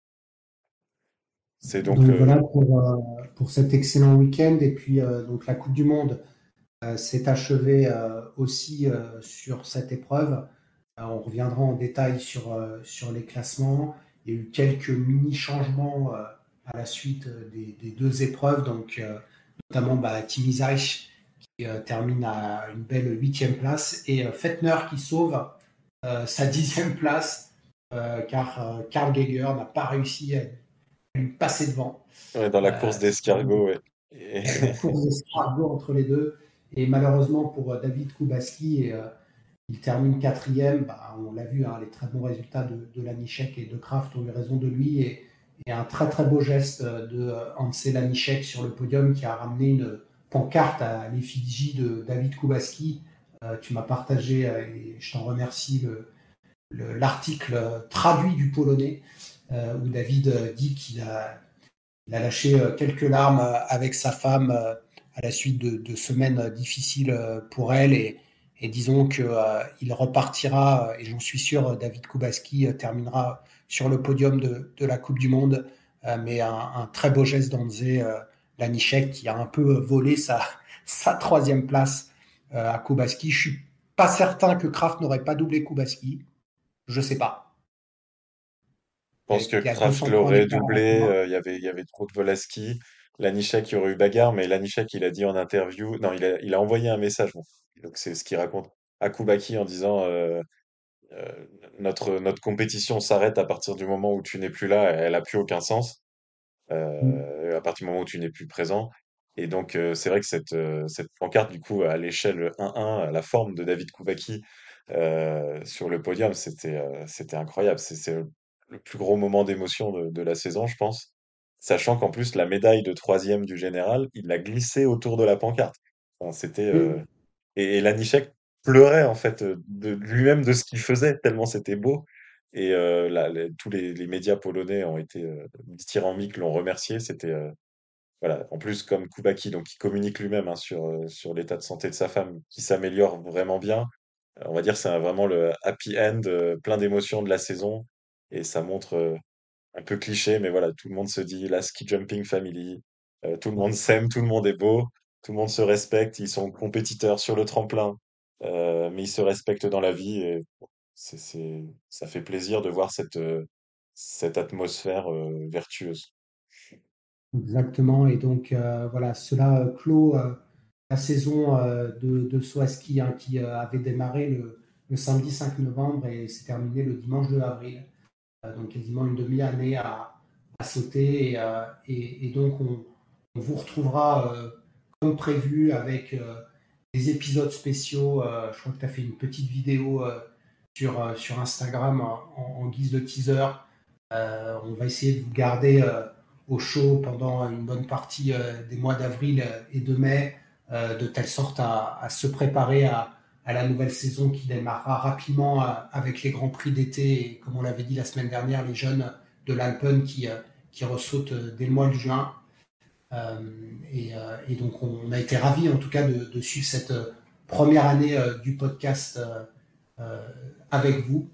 c'est donc Donc euh, voilà pour, euh, pour cet excellent week-end. Et puis euh, donc la Coupe du Monde euh, s'est achevée euh, aussi euh, sur cette épreuve. Euh, on reviendra en détail sur, euh, sur les classements. Il y a eu quelques mini-changements euh, à la suite euh, des, des deux épreuves, donc euh, notamment bah, Timi Zajc qui euh, termine à une belle huitième place et euh, Fettner qui sauve euh, sa dixième place euh, car euh, Karl Geiger n'a pas réussi à lui passer devant. ouais, dans la Euh, course c'est vraiment d'escargot, ouais. Et- la course d'escargot entre les deux. Et malheureusement pour euh, David Kubaski, et, euh, il termine quatrième. Bah, on l'a vu, hein, les très bons résultats de, de Lanišek et de Kraft ont eu raison de lui. Et, et un très très beau geste de euh, Hanse Lanišek sur le podium qui a ramené une pancarte à l'effigie de David Kubaski. Euh, tu m'as partagé, euh, et je t'en remercie, le, le, l'article traduit du polonais euh, où David dit qu'il a, il a lâché euh, quelques larmes euh, avec sa femme euh, à la suite de, de semaines difficiles euh, pour elle. Et, et disons qu'il euh, repartira, euh, et j'en suis sûr, David Kubaski euh, terminera sur le podium de, de la Coupe du Monde. Euh, mais un, un très beau geste d'Hanse euh, Lanišek qui a un peu volé sa, sa troisième place euh, à Kubaski. Je suis pas certain que Kraft n'aurait pas doublé Kubaski. Je sais pas. Je Il y a, pense que il y a Kraft deux cents points l'aurait d'écart doublé. maintenant. euh, Il y avait, il y avait trop de Volaski. Lanišek, il y aurait eu bagarre, mais Lanišek, il a dit en interview, non, il a, il a envoyé un message. Bon, donc c'est ce qu'il raconte à Kubaki en disant euh, euh, notre, notre compétition s'arrête à partir du moment où tu n'es plus là, elle a plus aucun sens, euh, à partir du moment où tu n'es plus présent. Et donc, euh, c'est vrai que cette, euh, cette pancarte, du coup, à l'échelle un un, à la forme de David Kubaki euh, sur le podium, c'était euh, c'était incroyable. C'est c'est le le plus gros moment d'émotion de, de la saison, je pense. Sachant qu'en plus, la médaille de troisième du général, il l'a glissée autour de la pancarte. Enfin, c'était, euh, Mm. et, et Lanišek pleurait en fait euh, de lui-même de ce qu'il faisait, tellement c'était beau. Et euh, la- les- tous les, les médias polonais ont été euh, dithyrambiques, l'ont remercié. C'était euh, voilà. En plus, comme Kubaki, donc il communique lui-même hein, sur euh, sur l'état de santé de sa femme, qui s'améliore vraiment bien. Euh, on va dire que c'est un- vraiment le happy end, euh, plein d'émotions de la saison. Et ça montre euh, un peu cliché, mais voilà, tout le monde se dit la ski jumping family, euh, tout le monde s'aime, tout le monde est beau, tout le monde se respecte, ils sont compétiteurs sur le tremplin, euh, mais ils se respectent dans la vie et c'est, c'est, ça fait plaisir de voir cette, euh, cette atmosphère euh, vertueuse. Exactement. Et donc, euh, voilà, cela euh, clôt euh, la saison euh, de, de saut à ski hein, qui euh, avait démarré le, le samedi cinq novembre et s'est terminé le dimanche deux avril. Euh, donc, quasiment une demi-année à, à sauter. Et, euh, et- et donc, on, on vous retrouvera euh, comme prévu avec euh, des épisodes spéciaux. Euh, je crois que tu as fait une petite vidéo euh, sur, euh, sur Instagram en, en guise de teaser. Euh, on va essayer de vous garder euh, au chaud pendant une bonne partie euh, des mois d'avril et de mai euh, de telle sorte à, à se préparer à, à la nouvelle saison qui démarrera rapidement euh, avec les Grands Prix d'été et, comme on l'avait dit la semaine dernière, les jeunes de l'Alpen qui, euh, qui ressautent dès le mois de juin. Euh, et, euh, et donc on a été ravis en tout cas de, de suivre cette euh, première année euh, du podcast euh, euh, avec vous.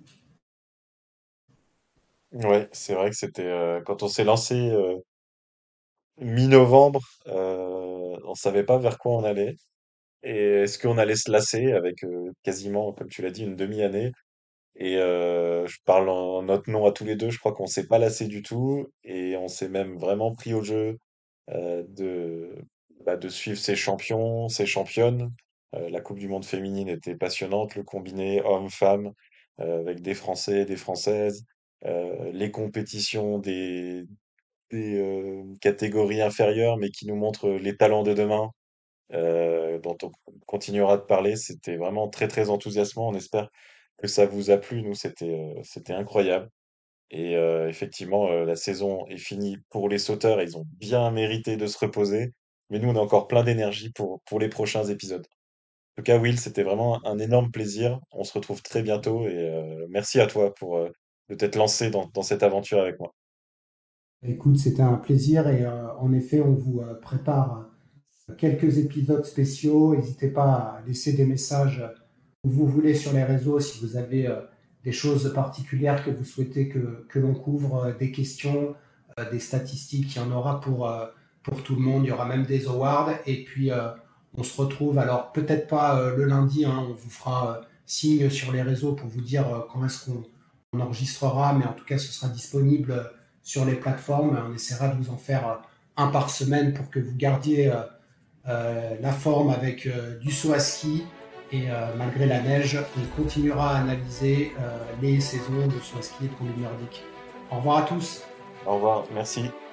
Ouais, c'est vrai que c'était euh, quand on s'est lancé euh, mi-novembre, euh, on savait pas vers quoi on allait. Et est-ce qu'on allait se lasser avec euh, quasiment, comme tu l'as dit, une demi-année? Et euh, je parle en notre nom à tous les deux, je crois qu'on s'est pas lassé du tout et on s'est même vraiment pris au jeu euh, de, bah, de suivre ces champions, ces championnes. Euh, la Coupe du Monde féminine était passionnante, le combiné homme-femme euh, avec des Français, des Françaises, euh, les compétitions des, des euh, catégories inférieures, mais qui nous montrent les talents de demain, euh, dont on continuera de parler. C'était vraiment très très enthousiasmant. On espère que ça vous a plu. Nous, c'était euh, c'était incroyable. Et euh, effectivement, euh, la saison est finie pour les sauteurs. Ils ont bien mérité de se reposer. Mais nous, on a encore plein d'énergie pour, pour les prochains épisodes. En tout cas, Will, c'était vraiment un énorme plaisir. On se retrouve très bientôt et euh, merci à toi pour euh, de t'être lancé dans, dans cette aventure avec moi. Écoute, c'était un plaisir et euh, en effet, on vous euh, prépare euh, quelques épisodes spéciaux. N'hésitez pas à laisser des messages où vous voulez sur les réseaux si vous avez euh, des choses particulières que vous souhaitez que, que l'on couvre, euh, des questions, euh, des statistiques. Il y en aura pour, euh, pour tout le monde. Il y aura même des awards. Et puis, euh, on se retrouve, alors peut-être pas euh, le lundi, hein, on vous fera euh, signe sur les réseaux pour vous dire euh, quand est-ce qu'on on enregistrera, mais en tout cas, ce sera disponible euh, sur les plateformes. On essaiera de vous en faire euh, un par semaine pour que vous gardiez euh, euh, la forme avec euh, du saut à ski. Et euh, malgré la neige, on continuera à analyser euh, les saisons de saut à ski et de conduite nordique. Au revoir à tous. Au revoir, merci.